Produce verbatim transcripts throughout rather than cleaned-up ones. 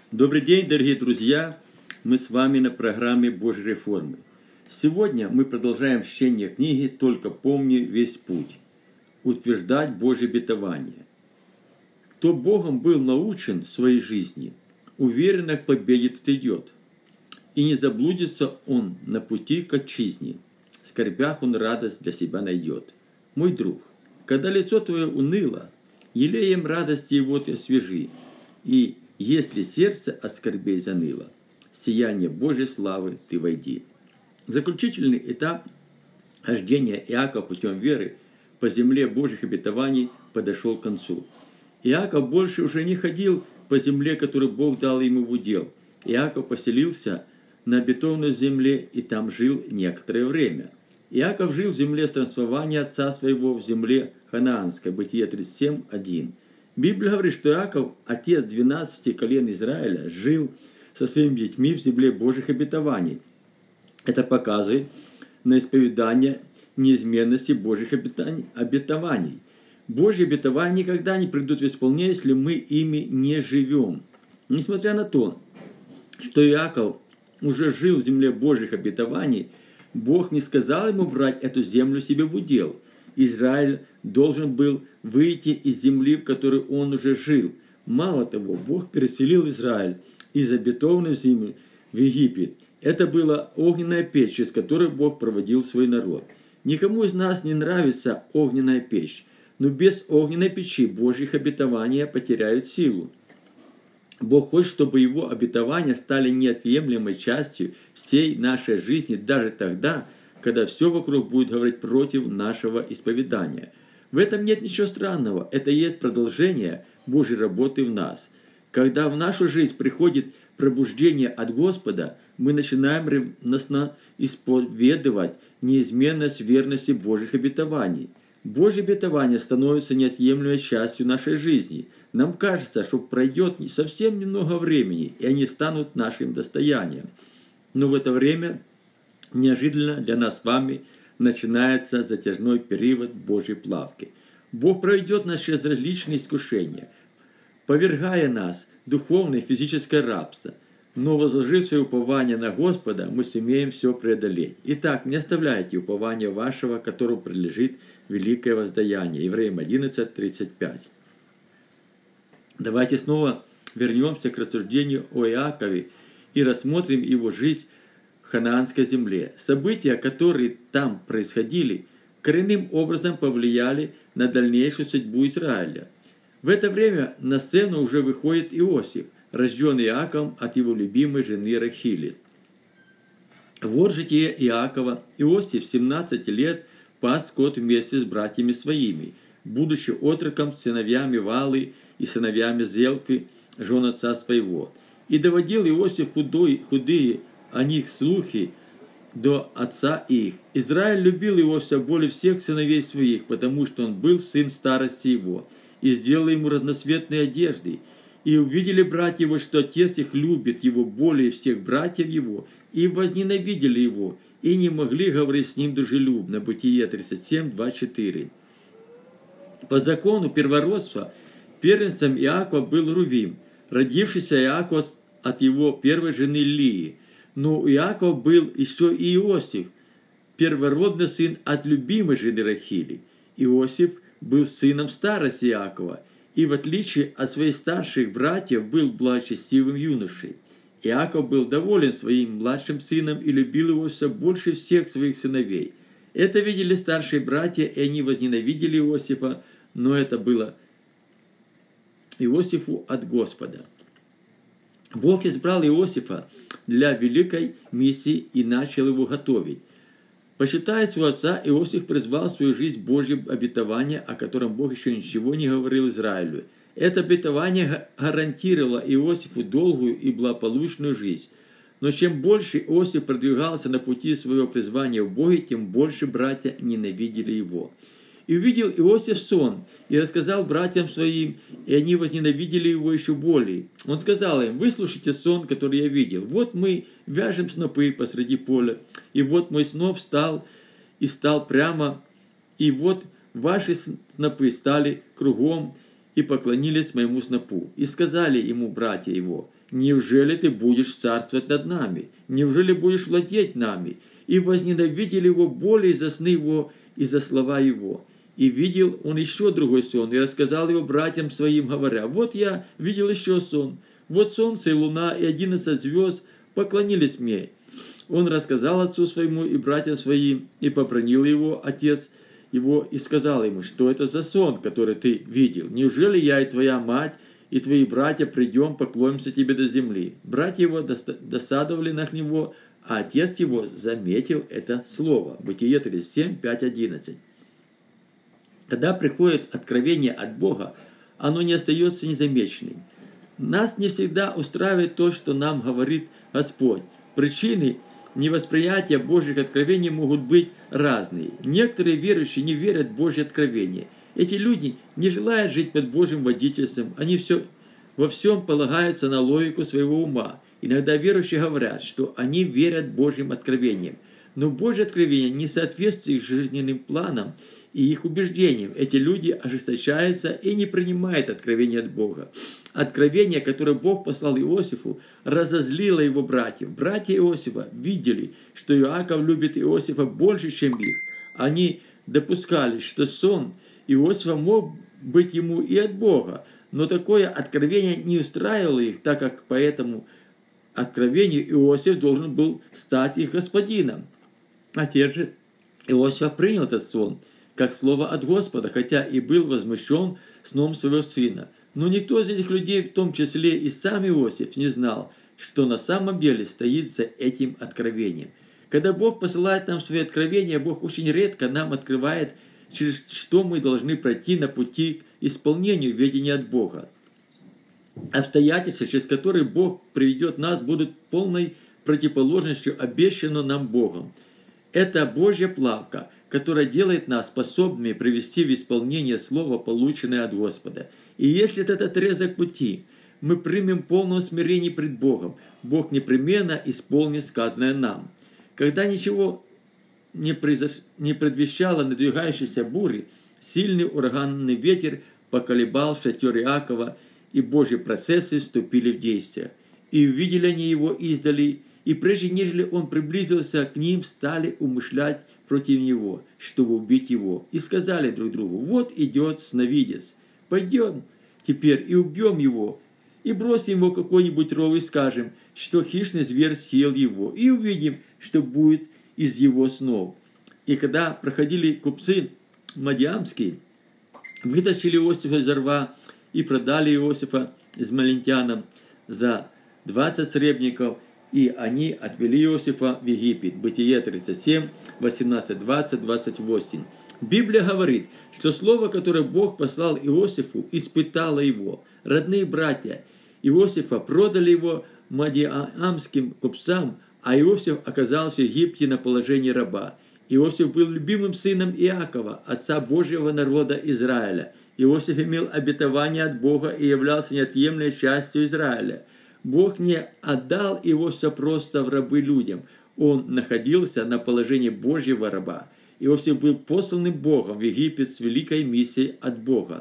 Добрый день, дорогие друзья! Мы с вами на программе Божьей реформы. Сегодня мы продолжаем чтение книги «Только помни весь путь. Утверждать Божье обетование». Кто Богом был научен в своей жизни, уверенно к победе тут идет. И не заблудится он на пути к отчизне. В скорбях он радость для себя найдет. Мой друг, когда лицо твое уныло, елеем радости его ты освежи, и если сердце от скорбей заныло, в сияние Божьей славы ты войди. Заключительный этап хождения Иакова путем веры по земле Божьих обетований подошел к концу. Иаков больше уже не ходил по земле, которую Бог дал ему в удел. Иаков поселился на обетованной земле и там жил некоторое время. Иаков жил в земле странствования отца своего, в земле ханаанской, Бытие тридцать семь, один. Библия говорит, что Иаков, отец двенадцати колен Израиля, жил со своими детьми в земле Божьих обетований. Это показывает на исповедание неизменности Божьих обетований. Божьи обетования никогда не придут в исполнение, если мы ими не живем. Несмотря на то, что Иаков уже жил в земле Божьих обетований, Бог не сказал ему брать эту землю себе в удел. Израиль должен был выйти из земли, в которой он уже жил. Мало того, Бог переселил Израиль из обетованной земли в Египет. Это была огненная печь, через которую Бог проводил свой народ. Никому из нас не нравится огненная печь, но без огненной печи Божьих обетования потеряют силу. Бог хочет, чтобы Его обетования стали неотъемлемой частью всей нашей жизни, даже тогда, когда все вокруг будет говорить против нашего исповедания. В этом нет ничего странного, это есть продолжение Божьей работы в нас. Когда в нашу жизнь приходит пробуждение от Господа, мы начинаем ревностно исповедовать неизменность верности Божьих обетований. Божьи обетования становятся неотъемлемой частью нашей жизни. Нам кажется, что пройдет совсем немного времени, и они станут нашим достоянием. Но в это время неожиданно для нас с вами начинается затяжной период Божьей плавки. Бог проведет нас через различные искушения, повергая нас в духовное и физическое рабство. Но возложив свое упование на Господа, мы сумеем все преодолеть. Итак, не оставляйте упования вашего, которому принадлежит великое воздаяние. Евреям одиннадцать, тридцать пять. Давайте снова вернемся к рассуждению о Иакове и рассмотрим его жизнь в ханаанской земле. События, которые там происходили, коренным образом повлияли на дальнейшую судьбу Израиля. В это время на сцену уже выходит Иосиф, рожденный Иаковом от его любимой жены Рахили. Вот житие Иакова. Иосиф в семнадцать лет пас скот вместе с братьями своими, будучи отроком с сыновьями Валы и сыновьями Зелфы, жен отца своего. И доводил Иосиф худой, худые о них слухи до отца их. Израиль любил его все более всех сыновей своих, потому что он был сын старости его, и сделал ему разноцветные одежды. И увидели братья его, что отец их любит его более всех братьев его, и возненавидели его, и не могли говорить с ним дружелюбно. Бытие тридцать семь, двадцать четыре. По закону первородства первенцем Иакова был Рувим, родившийся Иаков от его первой жены Лии. Но у Иакова был еще и Иосиф, первородный сын от любимой жены Рахили. Иосиф был сыном старости Иакова, и в отличие от своих старших братьев был благочестивым юношей. Иаков был доволен своим младшим сыном и любил его все больше всех своих сыновей. Это видели старшие братья, и они возненавидели Иосифа, но это было Иосифу от Господа. Бог избрал Иосифа для великой миссии и начал его готовить. Почитая своего отца, Иосиф призвал в свою жизнь Божье обетование, о котором Бог еще ничего не говорил Израилю. Это обетование гарантировало Иосифу долгую и благополучную жизнь. Но чем больше Иосиф продвигался на пути своего призвания в Боге, тем больше братья ненавидели его. И увидел Иосиф сон, и рассказал братьям своим, и они возненавидели его еще более. Он сказал им: «Выслушайте сон, который я видел. Вот мы вяжем снопы посреди поля, и вот мой сноп встал и стал прямо, и вот ваши снопы стали кругом, и поклонились моему снопу. И сказали ему братья его: неужели ты будешь царствовать над нами? Неужели будешь владеть нами? И возненавидели его более за сны его и за слова его. И видел он еще другой сон, и рассказал его братьям своим, говоря: вот я видел еще сон. Вот солнце и луна и одиннадцать звезд поклонились мне. Он рассказал отцу своему и братьям своим, и побранил его отец его, и сказал ему: что это за сон, который ты видел? Неужели я и твоя мать, и твои братья придем, поклонимся тебе до земли? Братья его досадовали на него, а отец его заметил это слово. Бытие тридцать семь, пять, одиннадцать. Когда приходит откровение от Бога, оно не остается незамеченным. Нас не всегда устраивает то, что нам говорит Господь. Причины невосприятия Божьих откровений могут быть разные. Некоторые верующие не верят в Божьи откровения. Эти люди не желают жить под Божьим водительством. Они все, во всем полагаются на логику своего ума. Иногда верующие говорят, что они верят Божьим откровениям. Но Божьи откровения не соответствуют их жизненным планам и их убеждениям. Эти люди ожесточаются и не принимают откровения от Бога. Откровение, которое Бог послал Иосифу, разозлило его братьев. Братья Иосифа видели, что Иаков любит Иосифа больше, чем их. Они допускали, что сон Иосифа мог быть ему и от Бога, но такое откровение не устраивало их, так как по этому откровению Иосиф должен был стать их господином. Отец же Иосифа принял этот сон как слово от Господа, хотя и был возмущен сном своего сына. Но никто из этих людей, в том числе и сам Иосиф, не знал, что на самом деле стоит за этим откровением. Когда Бог посылает нам свои откровения, Бог очень редко нам открывает, через что мы должны пройти на пути к исполнению ведения от Бога. Обстоятельства, через которые Бог приведет нас, будут полной противоположностью обещанного нам Богом. Это Божья плавка, которая делает нас способными привести в исполнение Слово, полученное от Господа. И если этот отрезок пути мы примем полное смирение пред Богом, Бог непременно исполнит сказанное нам. Когда ничего не, произош... не предвещало надвигающейся бури, сильный ураганный ветер поколебал шатер Иакова, и Божьи процессы вступили в действие. И увидели они его издали, и прежде нежели он приблизился к ним, стали умышлять против него, чтобы убить его. И сказали друг другу: вот идет сновидец, пойдем теперь и убьем его, и бросим его в какой-нибудь ров, и скажем, что хищный зверь съел его, и увидим, что будет из его снов. И когда проходили купцы мадиамские, вытащили Иосифа из рва и продали Иосифа измалентянам за двадцать сребников, и они отвели Иосифа в Египет. Бытие тридцать семь, восемнадцать, двадцать, двадцать восемь. Библия говорит, что слово, которое Бог послал Иосифу, испытало его. Родные братья Иосифа продали его мадиамским купцам, а Иосиф оказался в Египте на положении раба. Иосиф был любимым сыном Иакова, отца Божьего народа Израиля. Иосиф имел обетование от Бога и являлся неотъемлемой частью Израиля. Бог не отдал Иосифа просто в рабы людям. Он находился на положении Божьего раба. Иосиф был посланным Богом в Египет с великой миссией от Бога.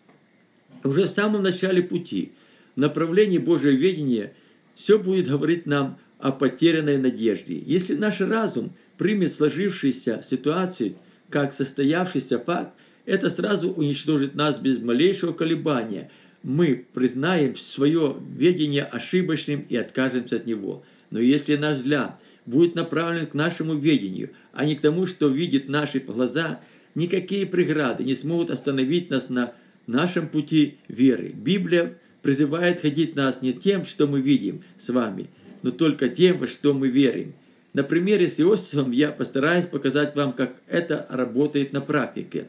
Уже в самом начале пути, в направлении Божьего ведения, все будет говорить нам о потерянной надежде. Если наш разум примет сложившуюся ситуацию как состоявшийся факт, это сразу уничтожит нас без малейшего колебания. Мы признаем свое ведение ошибочным и откажемся от него. Но если наш взгляд будет направлен к нашему ведению, а не к тому, что видят наши глаза, никакие преграды не смогут остановить нас на нашем пути веры. Библия призывает ходить нас не тем, что мы видим с вами, но только тем, во что мы верим. На примере с Иосифом я постараюсь показать вам, как это работает на практике.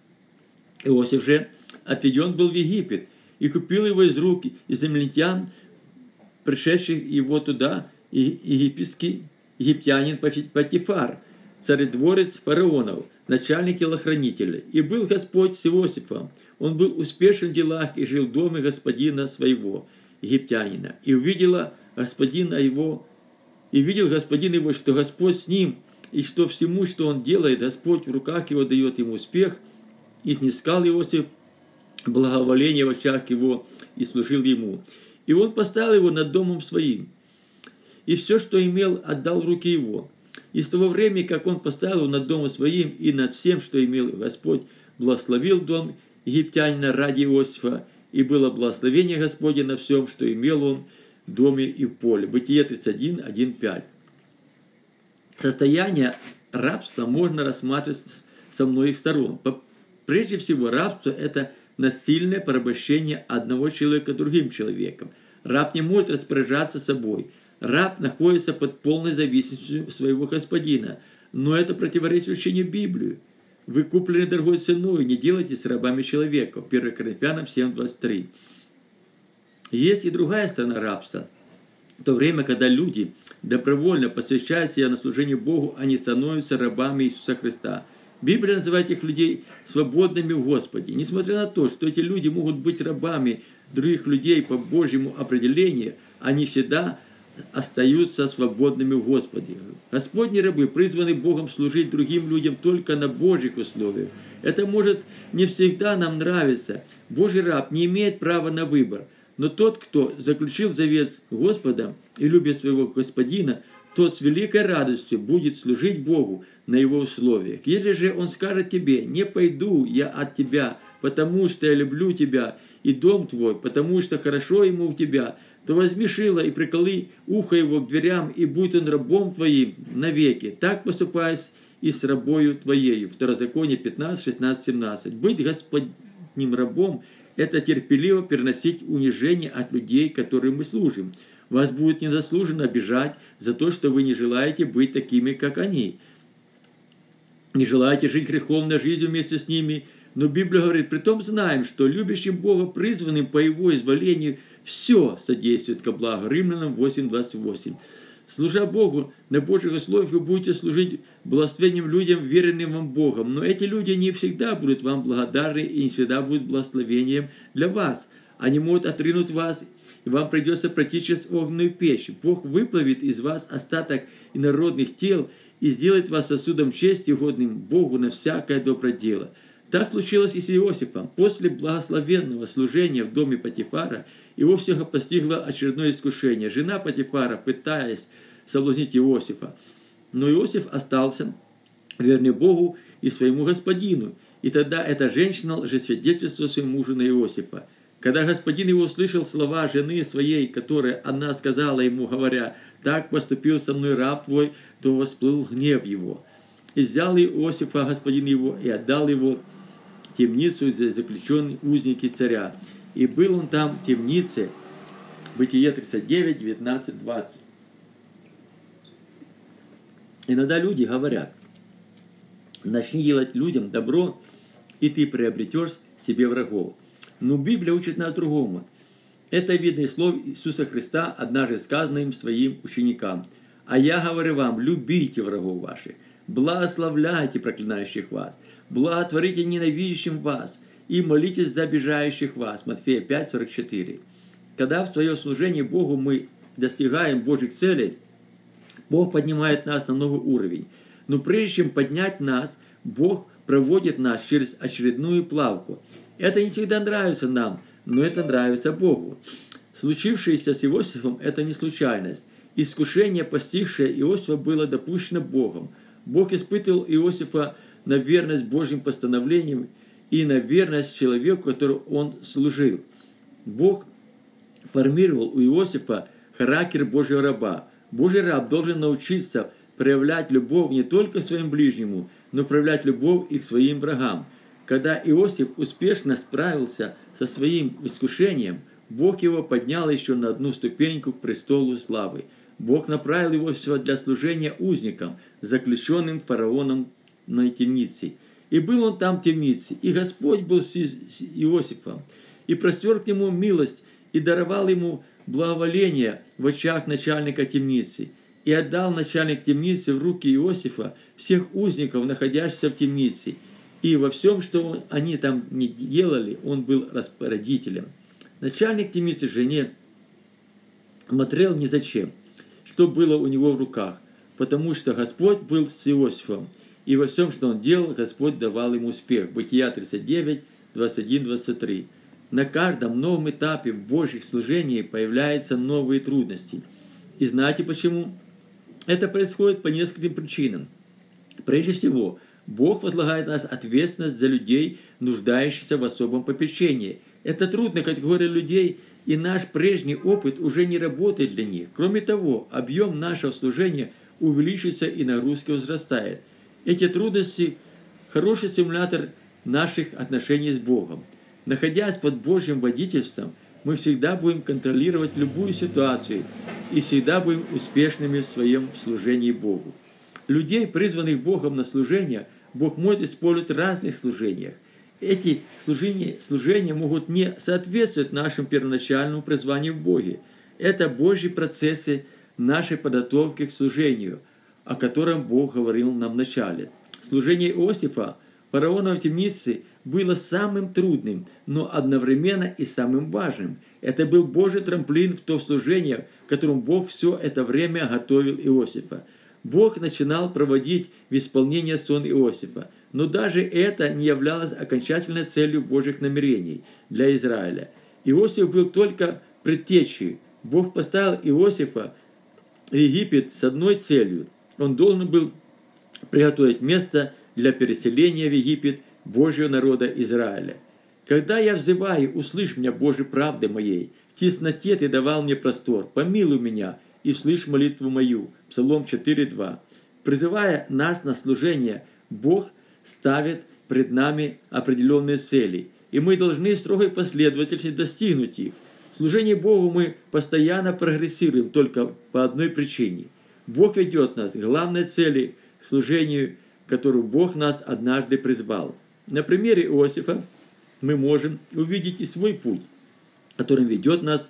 Иосиф же отведен был в Египет и купил его из рук израильтян, пришедших его туда, и египетский египтянин Потифар, царедворец фараонов, начальник телохранителя. И был Господь с Иосифом. Он был успешен в делах и жил в доме господина своего, египтянина. И увидела господина его, и видел господин его, что Господь с ним, и что всему, что он делает, Господь в руках его дает ему успех. И снискал Иосиф благоволение в очах его и служил ему. И он поставил его над домом своим, и все, что имел, отдал в руки его. И с того времени, как он поставил его над домом своим и над всем, что имел, Господь благословил дом египтянина ради Иосифа, и было благословение Господне на всем, что имел он в доме и в поле. Бытие тридцать один, один, пять. Состояние рабства можно рассматривать со многих сторон. Прежде всего, рабство – это насильное порабощение одного человека другим человеком. Раб не может распоряжаться собой. Раб находится под полной зависимостью своего господина. Но это противоречит учению Библии. Вы куплены дорогой ценой, не делайтесь рабами человека. первое Коринфянам семь, двадцать три. Есть и другая сторона рабства. В то время, когда люди добровольно посвящают себя на служение Богу, они становятся рабами Иисуса Христа. Библия называет этих людей свободными в Господе. Несмотря на то, что эти люди могут быть рабами других людей по Божьему определению, они всегда остаются свободными в Господе. Господни рабы призваны Богом служить другим людям только на Божьих условиях. Это может не всегда нам нравиться. Божий раб не имеет права на выбор. Но тот, кто заключил завет с Господом и любит своего Господина, тот с великой радостью будет служить Богу на его условиях. Если же он скажет тебе: «Не пойду я от тебя, потому что я люблю тебя, и дом твой, потому что хорошо ему в тебя», то возьми шило и приколи ухо его к дверям, и будь он рабом твоим навеки. Так поступай и с рабою твоею. Второзаконие пятнадцать, шестнадцать, семнадцать. Быть Господним рабом – это терпеливо переносить унижение от людей, которым мы служим. Вас будет незаслуженно обижать за то, что вы не желаете быть такими, как они. Не желаете жить греховной жизнью вместе с ними. Но Библия говорит: притом знаем, что любящим Бога, призванным по Его изволению, все содействует ко благу. Римлянам восемь, двадцать восемь. Служа Богу на Божьих условиях, вы будете служить благословенным людям, веренным вам Богом. Но эти люди не всегда будут вам благодарны и не всегда будут благословением для вас. Они могут отринуть вас, и вам придется пройти через огненную печь. Бог выплавит из вас остаток инородных тел и сделает вас сосудом чести, угодным Богу на всякое доброе дело. Так случилось и с Иосифом. После благословенного служения в доме Потифара его всех постигло очередное искушение. Жена Потифара, пытаясь соблазнить Иосифа. Но Иосиф остался верный Богу и своему господину. И тогда эта женщина лжесвидетельствовала своему мужу на Иосифа. Когда господин его услышал слова жены своей, которые она сказала ему, говоря: «Так поступил со мной раб твой», то восплыл гнев его. И взял Иосифа господин его и отдал его в темницу, за заключенные узники царя. И был он там в темнице. Бытие тридцать девять, девятнадцать, двадцать. Иногда люди говорят: начни делать людям добро, и ты приобретешь себе врагов. Но Библия учит нас другому. Это видно из слов Иисуса Христа, однажды сказано им своим ученикам: «А я говорю вам, любите врагов ваших, благословляйте проклинающих вас, благотворите ненавидящим вас и молитесь за обижающих вас». Матфея пять, сорок четыре. Когда в свое служение Богу мы достигаем Божьих целей, Бог поднимает нас на новый уровень. Но прежде чем поднять нас, Бог проводит нас через очередную плавку. Это не всегда нравится нам, но это нравится Богу. Случившееся с Иосифом – это не случайность. Искушение, постигшее Иосифа, было допущено Богом. Бог испытывал Иосифа на верность Божьим постановлениям и на верность человеку, которому он служил. Бог формировал у Иосифа характер Божьего раба. Божий раб должен научиться проявлять любовь не только к своим ближнему, но проявлять любовь и к своим врагам. Когда Иосиф успешно справился со своим искушением, Бог его поднял еще на одну ступеньку к престолу славы. Бог направил его для служения узникам, заключенным фараоном на темнице. И был он там в темнице, и Господь был с Иосифом, и простер к нему милость, и даровал ему благоволение в очах начальника темницы, и отдал начальник темницы в руки Иосифа всех узников, находящихся в темнице. И во всем, что они там не делали, он был распорядителем. Начальник темницы же не смотрел ни зачем, что было у него в руках, потому что Господь был с Иосифом, и во всем, что он делал, Господь давал ему успех. Бытия тридцать девять, двадцать один двадцать три. На каждом новом этапе в Божьих служениях появляются новые трудности. И знаете почему? Это происходит по нескольким причинам. Прежде всего, Бог возлагает на нас ответственность за людей, нуждающихся в особом попечении. Это трудная категория людей, и наш прежний опыт уже не работает для них. Кроме того, объем нашего служения увеличивается и нагрузка возрастает. Эти трудности – хороший стимулятор наших отношений с Богом. Находясь под Божьим водительством, мы всегда будем контролировать любую ситуацию и всегда будем успешными в своем служении Богу. Людей, призванных Богом на служение, Бог может использовать в разных служениях. Эти служения, служения могут не соответствовать нашему первоначальному призванию в Боге. Это Божьи процессы нашей подготовки к служению, о котором Бог говорил нам в начале. Служение Иосифа, фараона в темнице, было самым трудным, но одновременно и самым важным. Это был Божий трамплин в то служение, в котором Бог все это время готовил Иосифа. Бог начинал проводить в исполнение сон Иосифа, но даже это не являлось окончательной целью Божьих намерений для Израиля. Иосиф был только предтечей. Бог поставил Иосифа в Египет с одной целью. Он должен был приготовить место для переселения в Египет Божьего народа Израиля. «Когда я взываю, услышь меня, Божьей правды моей, в тесноте ты давал мне простор, помилуй меня и услышь молитву мою». Псалом четыре два. Призывая нас на служение, Бог ставит пред нами определенные цели, и мы должны в строгой последовательности достигнуть их. В служении Богу мы постоянно прогрессируем только по одной причине. Бог ведет нас к главной цели, к служению, к которому Бог нас однажды призвал. На примере Иосифа мы можем увидеть и свой путь, которым ведет нас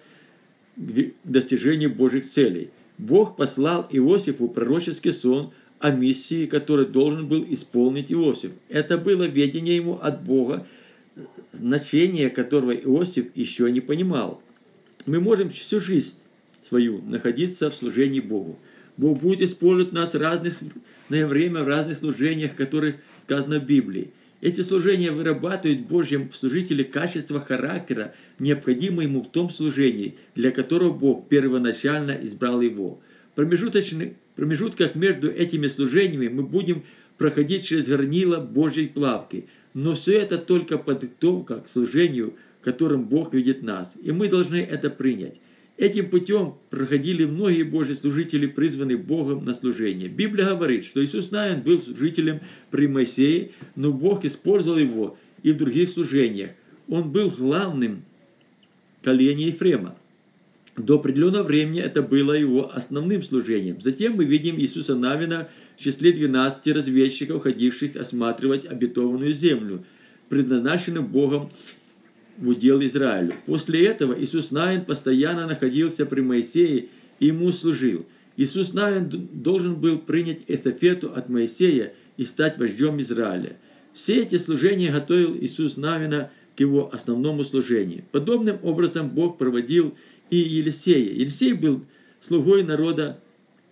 к достижению Божьих целей. Бог послал Иосифу пророческий сон о миссии, который должен был исполнить Иосиф. Это было ведение ему от Бога, значение которого Иосиф еще не понимал. Мы можем всю жизнь свою находиться в служении Богу. Бог будет использовать нас в разное время в разных служениях, о которых сказано в Библии. Эти служения вырабатывают в Божьем служителе качество характера, необходимое ему в том служении, для которого Бог первоначально избрал его. В промежуточных промежутках между этими служениями мы будем проходить через горнило Божьей плавки. Но все это только подготовка к служению, которым Бог ведет нас. И мы должны это принять. Этим путем проходили многие Божьи служители, призванные Богом на служение. Библия говорит, что Иисус Навин был служителем при Моисее, но Бог использовал его и в других служениях. Он был главным в колене Ефрема. До определенного времени это было его основным служением. Затем мы видим Иисуса Навина в числе двенадцати разведчиков, ходивших осматривать обетованную землю, предназначенную Богом в удел Израилю. После этого Иисус Навин постоянно находился при Моисее и ему служил. Иисус Навин должен был принять эстафету от Моисея и стать вождем Израиля. Все эти служения готовил Иисус Навина к его основному служению. Подобным образом Бог проводил и Елисея. Елисей был слугой народа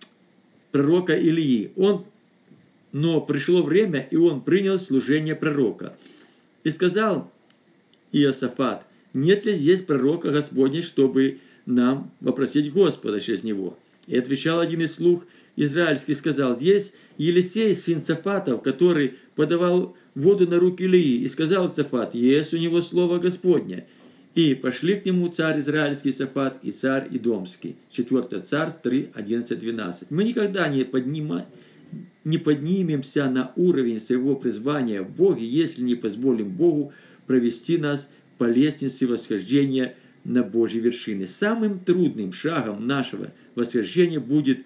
пророка Илии. Он, но пришло время, и он принял служение пророка. И сказал Иосафат: «Нет ли здесь пророка Господня, чтобы нам вопросить Господа через него?» И отвечал один из слуг израильских, сказал: «Здесь Елисей, сын Сафатов, который подавал воду на руки Илии». И сказал Сафат: «Есть у него слово Господне». И пошли к нему царь израильский Сафат и царь Идомский. четвёртое Царств три, одиннадцать, двенадцать. Мы никогда не, поднима, не поднимемся на уровень своего призвания в Боге, если не позволим Богу провести нас по лестнице восхождения на Божьи вершины. Самым трудным шагом нашего восхождения будет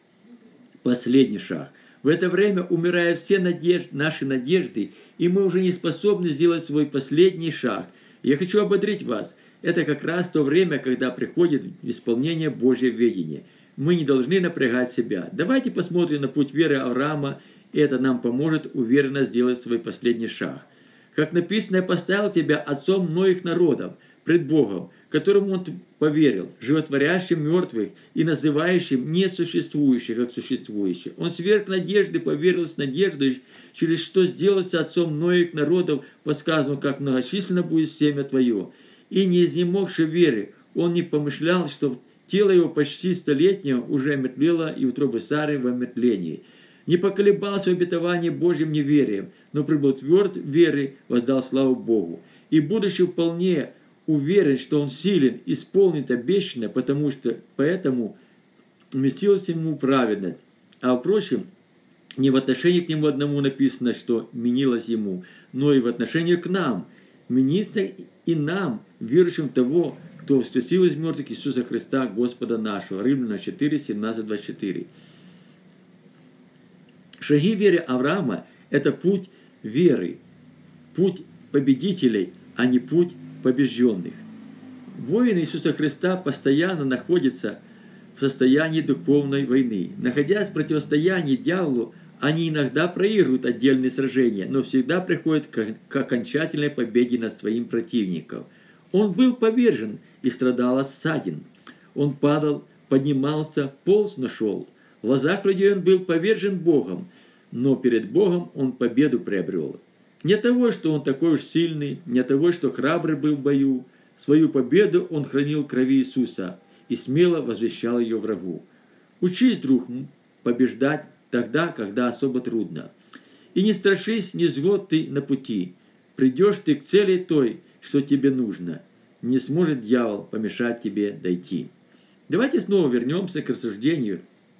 последний шаг. В это время умирают все надежды, наши надежды, и мы уже не способны сделать свой последний шаг. Я хочу ободрить вас. Это как раз то время, когда приходит в исполнение Божье ведение. Мы не должны напрягать себя. Давайте посмотрим на путь веры Авраама, и это нам поможет уверенно сделать свой последний шаг. Как написано: «Я поставил тебя отцом многих народов пред Богом». которому он поверил, животворящим мертвых и называющим несуществующих как существующих. Он сверх надежды поверил с надеждой, через что сделался отцом многих народов, по сказанному, как многочисленно будет семя твое. И не изнемогши веры, он не помышлял, что тело его почти столетнего уже омертвело и утробы Сары в омертвлении. Не поколебался в обетовании Божьим неверием, но прибыл тверд веры, воздал славу Богу. И будучи вполне уверен, что он силен исполнить обещанное, потому что поэтому вместилась ему праведность. А впрочем, не в отношении к нему одному написано, что менилось ему, но и в отношении к нам. Менится и нам, верующим в того, кто воскресил из мертвых Иисуса Христа, Господа нашего. Римлянам четыре, семнадцать, двадцать четыре. Шаги веры Авраама – это путь веры, путь победителей, а не путь побежденных. Воины Иисуса Христа постоянно находятся в состоянии духовной войны. Находясь в противостоянии дьяволу, они иногда проигрывают отдельные сражения, но всегда приходят к окончательной победе над своим противником. Он был повержен и страдал от ссадин. Он падал, поднимался, полз, но шел. В глазах людей он был повержен Богом, но перед Богом он победу приобрел. Не от того, что он такой уж сильный, не от того, что храбрый был в бою. Свою победу он хранил в крови Иисуса и смело возвещал ее врагу. Учись, друг, побеждать тогда, когда особо трудно. И не страшись невзгод ты на пути. Придешь ты к цели той, что тебе нужно. Не сможет дьявол помешать тебе дойти. Давайте снова вернемся к рассуждению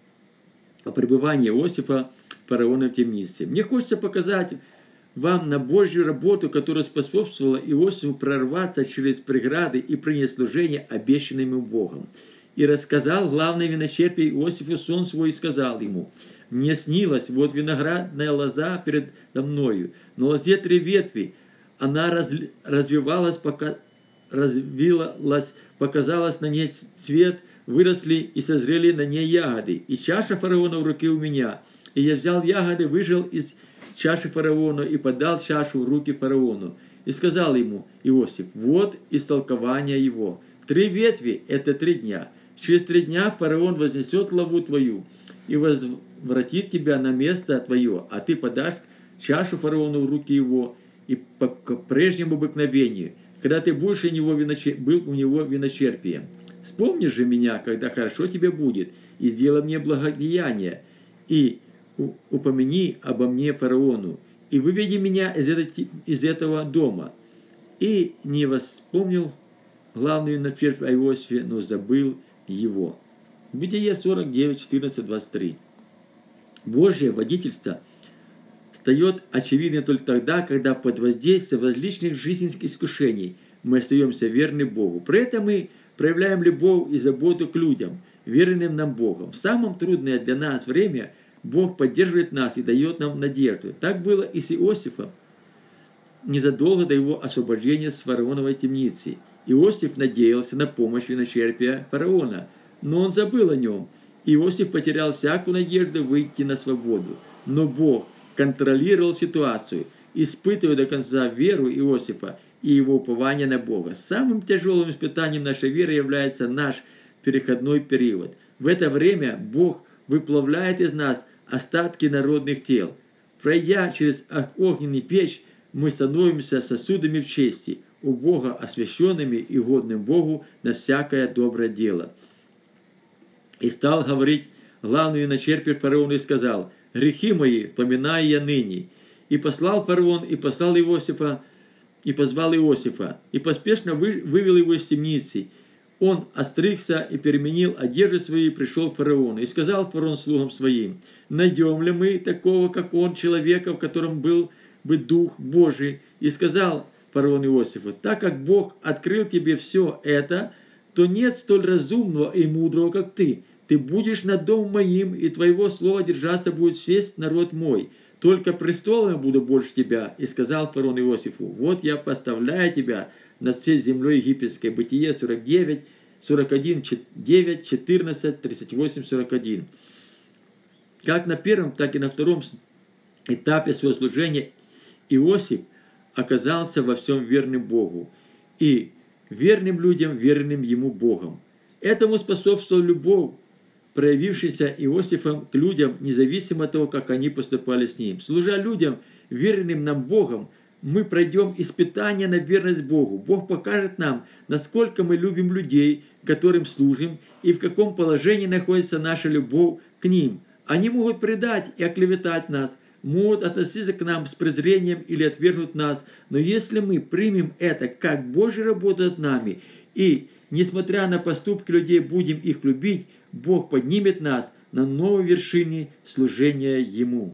о пребывании Иосифа фараона в темнице. Мне хочется показать вам на Божью работу, которая способствовала Иосифу прорваться через преграды и принять служение, обещанное ему Богом. И рассказал главный виночерпий Иосифу сон свой и сказал ему: «Мне снилось, вот виноградная лоза передо мною, на лозе три ветви, она раз, развивалась, пока, развилась, показалась на ней цвет, выросли и созрели на ней ягоды, и чаша фараона в руке у меня. И я взял ягоды, выжал из чаши фараона и подал чашу в руки фараону. И сказал ему Иосиф: вот истолкование его. Три ветви – это три дня. Через три дня фараон вознесет главу твою и возвратит тебя на место твое, а ты подашь чашу фараону в руки его и по прежнему обыкновению, когда ты будешь у него виночер... был у него виночерпием. Вспомни же меня, когда хорошо тебе будет, и сделай мне благодеяние, и упомяни обо мне фараону, и выведи меня из, это, из этого дома». И не вспомнил главный виночерпий о Иосифе, но забыл его. Бытие сорок девять, четырнадцать, двадцать три. Божье водительство встает очевидно только тогда, когда под воздействием различных жизненных искушений мы остаемся верны Богу. При этом мы проявляем любовь и заботу к людям, верным нам Богом. В самом трудное для нас время Бог поддерживает нас и дает нам надежду. Так было и с Иосифом незадолго до его освобождения с фараоновой темницы. Иосиф надеялся на помощь виночерпия фараона, но он забыл о нем. Иосиф потерял всякую надежду выйти на свободу. Но Бог контролировал ситуацию, испытывая до конца веру Иосифа и его упование на Бога. Самым тяжелым испытанием нашей веры является наш переходной период. В это время Бог выплавляет из нас остатки народных тел. Пройдя через огненный печь, мы становимся сосудами в чести, у Бога освященными и годным Богу на всякое доброе дело. И стал говорить главный виночерпий фараону и сказал: «Грехи мои вспоминаю я ныне». И послал фараон, и послал Иосифа, и позвал Иосифа, и поспешно вывел его из темницы. Он остригся и переменил одежды свои, и пришел к фараону. И сказал фараон слугам своим: «Найдем ли мы такого, как он, человека, в котором был бы Дух Божий?» И сказал фараон Иосифу: «Так как Бог открыл тебе все это, то нет столь разумного и мудрого, как ты. Ты будешь над домом моим, и твоего слова держаться будет весь народ мой. Только престолом я буду больше тебя». И сказал фараон Иосифу: «Вот я поставляю тебя над всей землей египетской». Бытие сорок девять, сорок один, девять, четырнадцать, тридцать восемь, сорок один. Как на первом, так и на втором этапе своего служения Иосиф оказался во всем верным Богу. И верным людям, верным Ему Богом. Этому способствовала любовь, проявившаяся Иосифом к людям, независимо от того, как они поступали с ним. Служа людям, верным нам Богом, мы пройдем испытания на верность Богу. Бог покажет нам, насколько мы любим людей, которым служим, и в каком положении находится наша любовь к ним. Они могут предать и оклеветать нас, могут относиться к нам с презрением или отвергнуть нас, но если мы примем это как Божья работа над нами, и, несмотря на поступки людей, будем их любить, Бог поднимет нас на новой вершине служения Ему.